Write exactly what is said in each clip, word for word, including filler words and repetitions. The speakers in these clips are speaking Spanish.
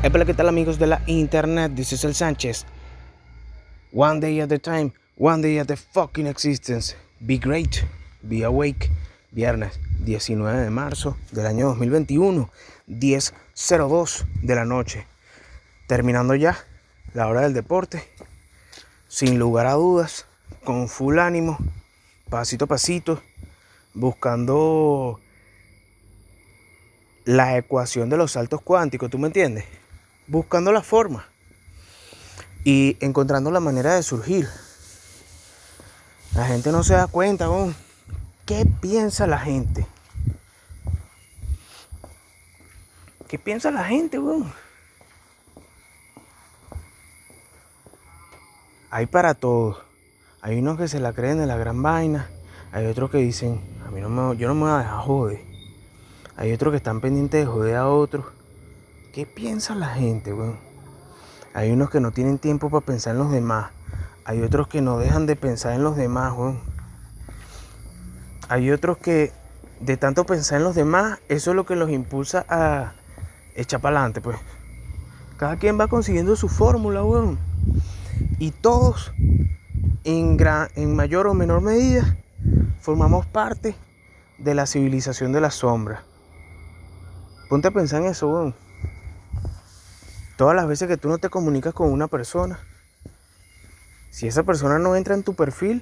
Hola, ¿qué tal amigos de la internet? This is El Sánchez. One day at a time, one day at the fucking existence. Be great, be awake. Viernes diecinueve de marzo del año dos mil veintiuno, diez cero dos de la noche. Terminando ya la hora del deporte, sin lugar a dudas, con full ánimo, pasito a pasito, buscando la ecuación de los saltos cuánticos, ¿tú me entiendes? Buscando la forma y encontrando la manera de surgir. La gente no se da cuenta, ¿no? ¿Qué piensa la gente? ¿Qué piensa la gente, weón? Hay para todos. Hay unos que se la creen de la gran vaina. Hay otros que dicen, a mí no me, yo no me voy a dejar joder. Hay otros que están pendientes de joder a otros. ¿Qué piensa la gente, weón? Hay unos que no tienen tiempo para pensar en los demás. Hay otros que no dejan de pensar en los demás, weón. Hay otros que de tanto pensar en los demás, eso es lo que los impulsa a echar para adelante, pues. Cada quien va consiguiendo su fórmula, weón. Y todos, en, gran, en mayor o menor medida, formamos parte de la civilización de la sombra. Ponte a pensar en eso, weón. Todas las veces que tú no te comunicas con una persona, si esa persona no entra en tu perfil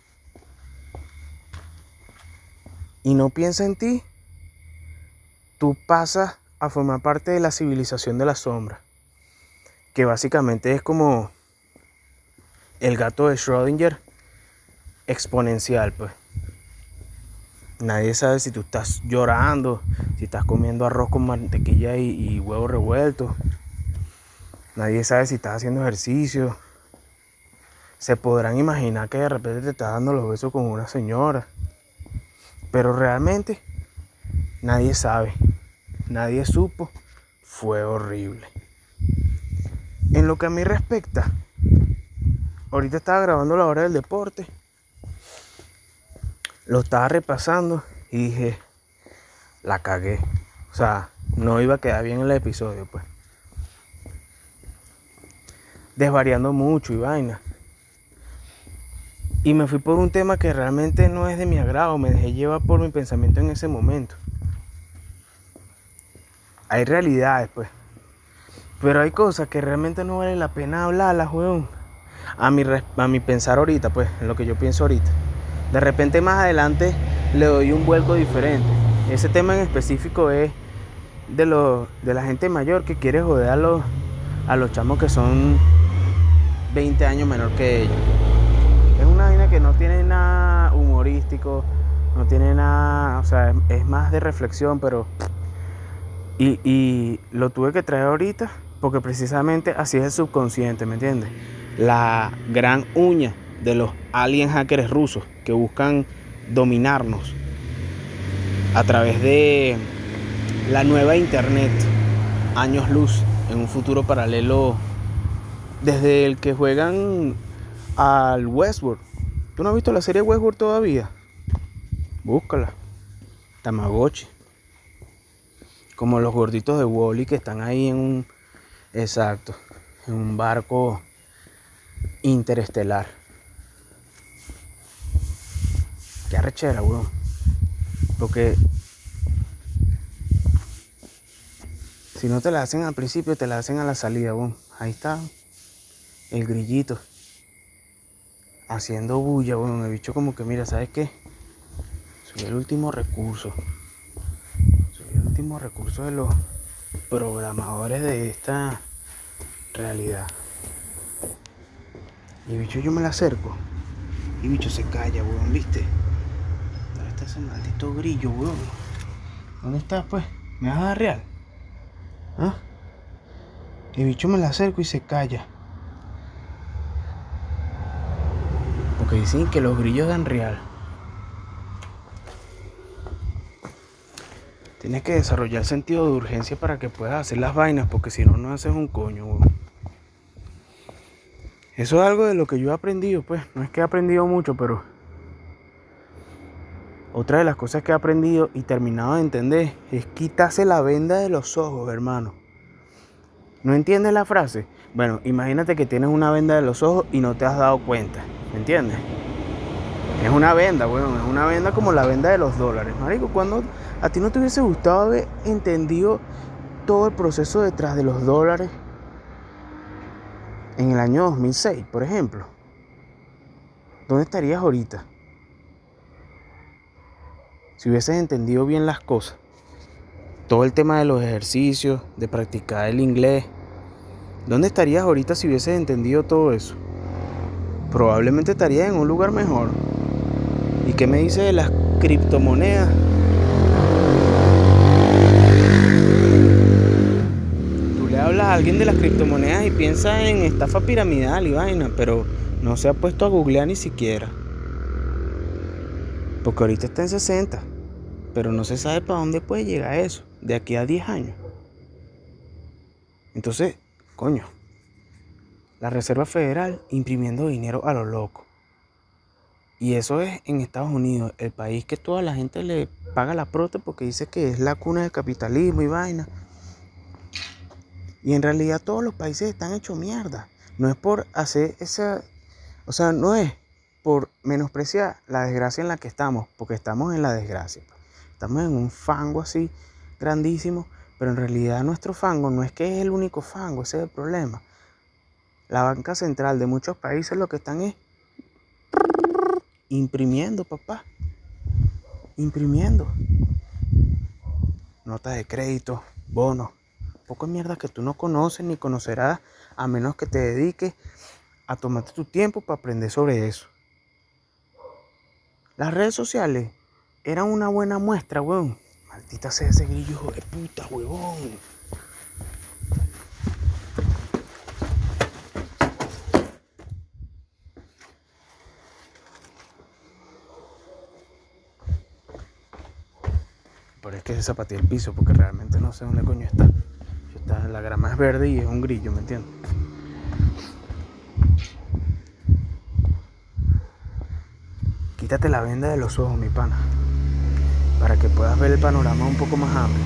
y no piensa en ti, tú pasas a formar parte de la civilización de la sombra, que básicamente es como el gato de Schrödinger exponencial, pues. Nadie sabe si tú estás llorando, si estás comiendo arroz con mantequilla y, y huevos revueltos. Nadie sabe si estás haciendo ejercicio. Se podrán imaginar que de repente te estás dando los besos con una señora. Pero realmente nadie sabe. Nadie supo. Fue horrible. En lo que a mí respecta, ahorita estaba grabando la hora del deporte. Lo estaba repasando y dije, la cagué. O sea, no iba a quedar bien el episodio, pues. Desvariando mucho y vaina. Y me fui por un tema que realmente no es de mi agrado. Me dejé llevar por mi pensamiento en ese momento. Hay realidades, pues. Pero hay cosas que realmente no vale la pena hablarlas, weón. A mi, a mi pensar ahorita, pues, en lo que yo pienso ahorita. De repente más adelante le doy un vuelco diferente. Ese tema en específico es de, lo, de la gente mayor que quiere joder a los, a los chamos que son veinte años menor que ellos. Es una vaina que no tiene nada humorístico, no tiene nada, o sea, es, es más de reflexión, pero... Y, y lo tuve que traer ahorita porque precisamente así es el subconsciente, ¿me entiendes? La gran uña de los alien hackers rusos que buscan dominarnos a través de la nueva internet, años luz, en un futuro paralelo, desde el que juegan al Westworld. ¿Tú no has visto la serie Westworld todavía? Búscala. Tamagotchi. Como los gorditos de Wall-E que están ahí en un... Exacto. En un barco interestelar. Qué arrechera, weón. Porque si no te la hacen al principio, te la hacen a la salida, weón. Ahí está el grillito haciendo bulla, weón. El bicho como que, mira, ¿sabes qué? Soy el último recurso. Soy el último recurso de los programadores de esta realidad. Y el bicho yo me la acerco. Y el bicho se calla, weón, ¿viste? ¿Dónde está ese maldito grillo, weón? ¿Dónde está, pues? ¿Me vas a dar real? ¿Ah? El bicho me la acerco y se calla. Porque dicen que los grillos dan real. Tienes que desarrollar sentido de urgencia para que puedas hacer las vainas, porque si no, no haces un coño, weón. Eso es algo de lo que yo he aprendido, pues. No es que he aprendido mucho, pero... Otra de las cosas que he aprendido y terminado de entender es quitarse la venda de los ojos, hermano. ¿No entiendes la frase? Bueno, imagínate que tienes una venda de los ojos y no te has dado cuenta. ¿Me entiendes? Es una venda, weón. Es una venda como la venda de los dólares. Marico, cuando a ti no te hubiese gustado haber entendido todo el proceso detrás de los dólares en el año dos mil seis, por ejemplo, ¿dónde estarías ahorita? Si hubieses entendido bien las cosas. Todo el tema de los ejercicios, de practicar el inglés. ¿Dónde estarías ahorita si hubieses entendido todo eso? Probablemente estarías en un lugar mejor. ¿Y qué me dice de las criptomonedas? Tú le hablas a alguien de las criptomonedas y piensa en estafa piramidal y vaina, pero no se ha puesto a googlear ni siquiera. Porque ahorita está en sesenta, pero no se sabe para dónde puede llegar eso de aquí a diez años. Entonces, coño, la Reserva Federal imprimiendo dinero a lo loco. Y eso es en Estados Unidos, el país que toda la gente le paga la prota porque dice que es la cuna del capitalismo y vaina. Y en realidad todos los países están hechos mierda. No es por hacer esa... O sea, no es por menospreciar la desgracia en la que estamos, porque estamos en la desgracia. Estamos en un fango así grandísimo, pero en realidad nuestro fango no es que es el único fango, ese es el problema. La banca central de muchos países lo que están es imprimiendo, papá. Imprimiendo. Notas de crédito, bonos. Poco de mierda que tú no conoces ni conocerás a menos que te dediques a tomarte tu tiempo para aprender sobre eso. Las redes sociales eran una buena muestra, weón. Maldita sea ese grillo, hijo de puta, huevón. Pero es que se zapateé el piso porque realmente no sé dónde coño está. está. La grama es verde y es un grillo, ¿me entiendes? Quítate la venda de los ojos, mi pana, para que puedas ver el panorama un poco más amplio.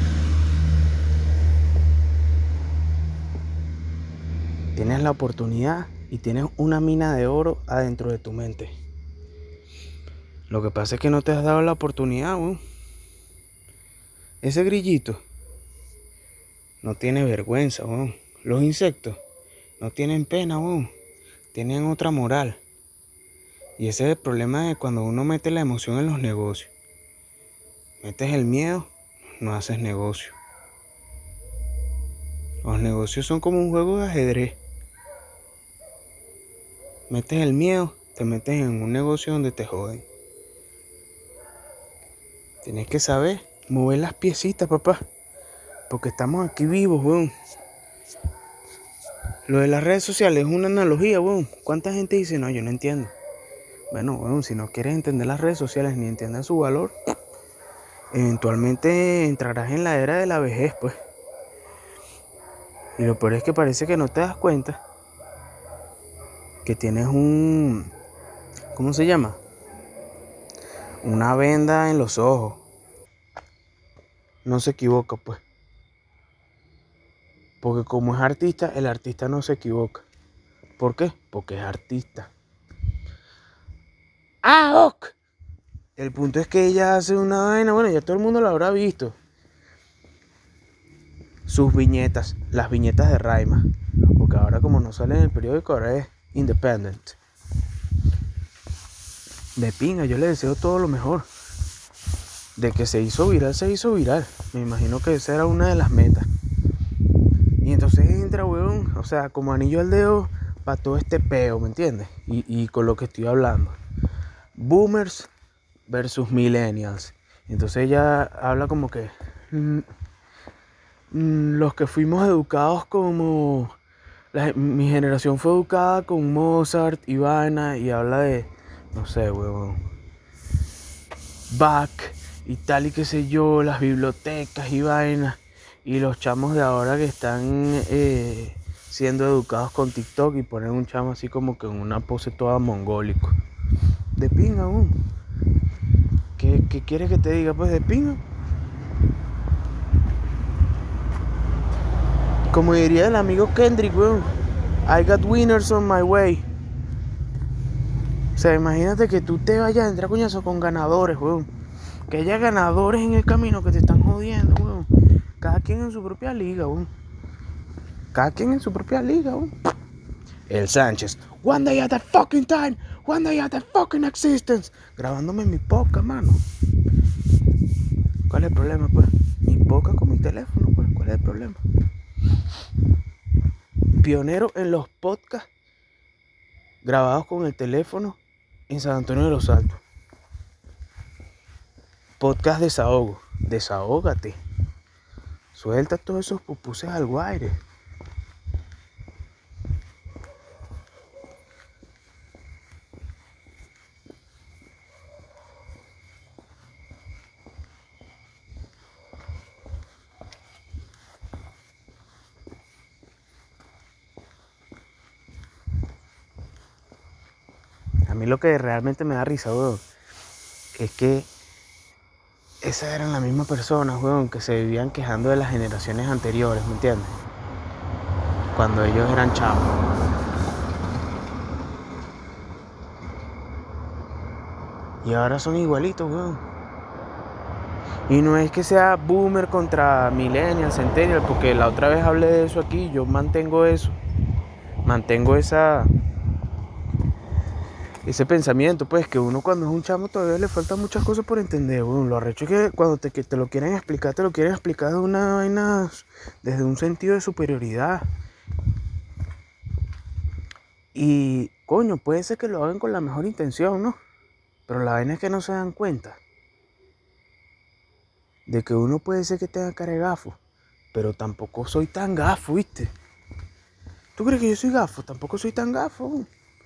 Tienes la oportunidad y tienes una mina de oro adentro de tu mente. Lo que pasa es que no te has dado la oportunidad, weón. Ese grillito no tiene vergüenza, weón. Los insectos no tienen pena, weón. Tienen otra moral. Y ese es el problema de cuando uno mete la emoción en los negocios. Metes el miedo, no haces negocio. Los negocios son como un juego de ajedrez. Metes el miedo, te metes en un negocio donde te joden. Tienes que saber mover las piecitas, papá. Porque estamos aquí vivos, weón. Lo de las redes sociales es una analogía, weón. ¿Cuánta gente dice, no, yo no entiendo? Bueno, weón, si no quieres entender las redes sociales ni entiendes su valor, eventualmente entrarás en la era de la vejez, pues. Y lo peor es que parece que no te das cuenta que tienes un... ¿Cómo se llama? Una venda en los ojos. No se equivoca, pues. Porque como es artista, el artista no se equivoca. ¿Por qué? Porque es artista. ¡Ah, ok! El punto es que ella hace una vaina, bueno, ya todo el mundo lo habrá visto. Sus viñetas, las viñetas de Raima. Porque ahora como no sale en el periódico, ahora es Independent. De pinga, yo le deseo todo lo mejor. De que se hizo viral, se hizo viral. Me imagino que esa era una de las metas. Y entonces entra, weón, o sea, como anillo al dedo para todo este peo, ¿me entiendes? Y, y con lo que estoy hablando. Boomers versus millennials. Entonces ella habla como que mmm, mmm, los que fuimos educados como... La, mi generación fue educada con Mozart y vaina y habla de, no sé, weón, Bach y tal y qué sé yo, las bibliotecas y vaina. Y los chamos de ahora que están eh, siendo educados con TikTok y ponen un chamo así como que en una pose toda mongólico. De pinga, aún. ¿Qué, ¿Qué quieres que te diga? Pues de pinga. Como diría el amigo Kendrick, weón, I got winners on my way. O sea, imagínate que tú te vayas a entrar coñazo con ganadores, weón. Que haya ganadores en el camino que te están jodiendo, weón. Cada quien en su propia liga, weón. Cada quien en su propia liga, weón. El Sánchez, one day at a fucking time, one day at a fucking existence. Grabándome mi podcast, mano. ¿Cuál es el problema, pues? Mi podcast con mi teléfono, pues. ¿Cuál es el problema? Pionero en los podcasts grabados con el teléfono en San Antonio de los Altos. Podcast desahogo. Desahógate. Suelta todos esos pupuses al aire. A mí lo que realmente me da risa, weón, es que esas eran las mismas personas, weón, que se vivían quejando de las generaciones anteriores, ¿me entiendes? Cuando ellos eran chavos. Y ahora son igualitos, weón. Y no es que sea boomer contra millennial, centennial, porque la otra vez hablé de eso aquí, yo mantengo eso. Mantengo esa... ese pensamiento, pues, que uno cuando es un chamo todavía le faltan muchas cosas por entender, bueno, lo arrecho es que cuando te, que te lo quieren explicar, te lo quieren explicar de una vaina, desde un sentido de superioridad. Y, coño, puede ser que lo hagan con la mejor intención, ¿no? Pero la vaina es que no se dan cuenta de que uno puede ser que tenga cara de gafo, pero tampoco soy tan gafo, ¿viste? ¿Tú crees que yo soy gafo? Tampoco soy tan gafo.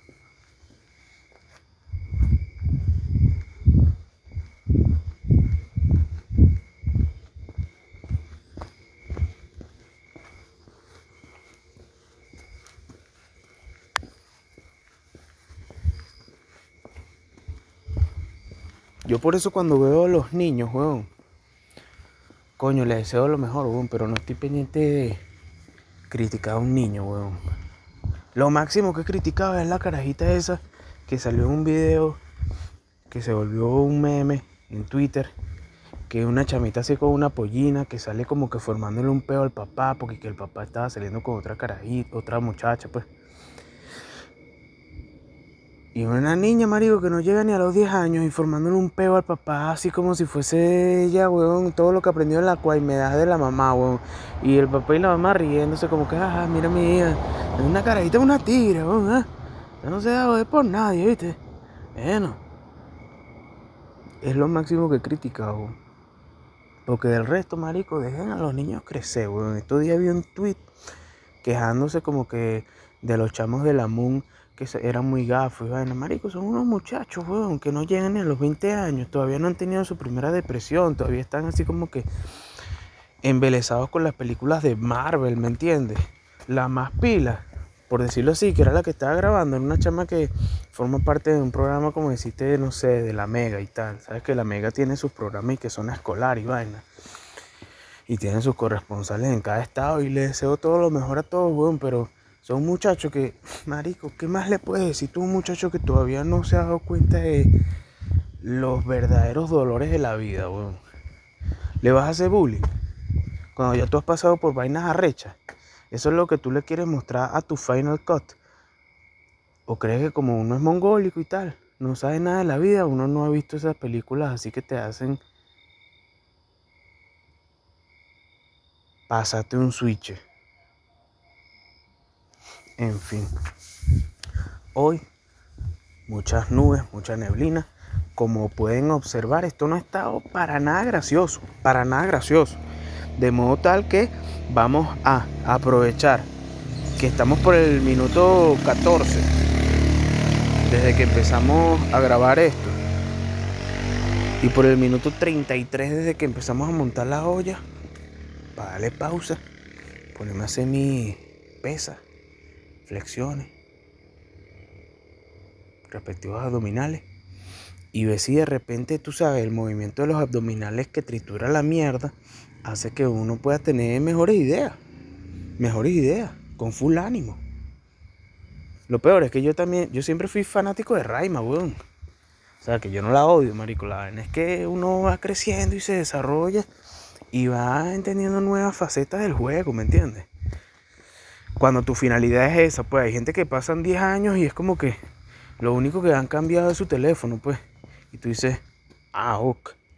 Yo por eso cuando veo a los niños, weón, coño, les deseo lo mejor, weón, pero no estoy pendiente de criticar a un niño, weón. Lo máximo que he criticado es la carajita esa que salió en un video que se volvió un meme en Twitter, que es una chamita así con una pollina que sale como que formándole un peo al papá porque que el papá estaba saliendo con otra carajita, otra muchacha, pues. Y una niña, marico, que no llega ni a los diez años y formándole un peo al papá, así como si fuese ella, weón, todo lo que aprendió en la cuaimedad de la mamá, weón. Y el papá y la mamá riéndose como que, ah, mira mi hija, es una carajita, una tigre, weón, ¿eh? Ya no se da joder por nadie, ¿viste? Bueno, es lo máximo que he criticado, weón. Porque del resto, marico, dejen a los niños crecer, weón. Estos días vi un tweet quejándose como que de los chamos de la Moon, que eran muy gafos y vaina. Marico, son unos muchachos, weón, que no llegan ni a los veinte años, todavía no han tenido su primera depresión, todavía están así como que embelesados con las películas de Marvel, ¿me entiendes? La más pila, por decirlo así, que era la que estaba grabando, era una chama que forma parte de un programa, como deciste, no sé, de la Mega y tal. Sabes que la Mega tiene sus programas y que son escolar y vaina. Y tienen sus corresponsales en cada estado y les deseo todo lo mejor a todos, weón, pero son muchachos que, marico, ¿qué más le puedes decir tú a un muchacho que todavía no se ha dado cuenta de los verdaderos dolores de la vida, weón? ¿Le vas a hacer bullying cuando ya tú has pasado por vainas arrechas? ¿Eso es lo que tú le quieres mostrar a tu Final Cut? ¿O crees que como uno es mongólico y tal, no sabe nada de la vida, uno no ha visto esas películas así que te hacen pásate un switch? En fin, hoy muchas nubes, mucha neblina. Como pueden observar, esto no ha estado para nada gracioso, para nada gracioso. De modo tal que vamos a aprovechar que estamos por el minuto catorce desde que empezamos a grabar esto y por el minuto treinta y tres desde que empezamos a montar la olla, para darle pausa, ponerme a hacer mi pesa, flexiones, respectivos abdominales, y ver si de repente, tú sabes, el movimiento de los abdominales que tritura la mierda hace que uno pueda tener mejores ideas. mejores ideas, con full ánimo. Lo peor es que yo también, yo siempre fui fanático de Raima, weón. O sea, que yo no la odio, marico. La vaina es que uno va creciendo y se desarrolla y va entendiendo nuevas facetas del juego, ¿me entiendes? Cuando tu finalidad es esa, pues hay gente que pasan diez años y es como que lo único que han cambiado es su teléfono, pues. Y tú dices, ah, ok.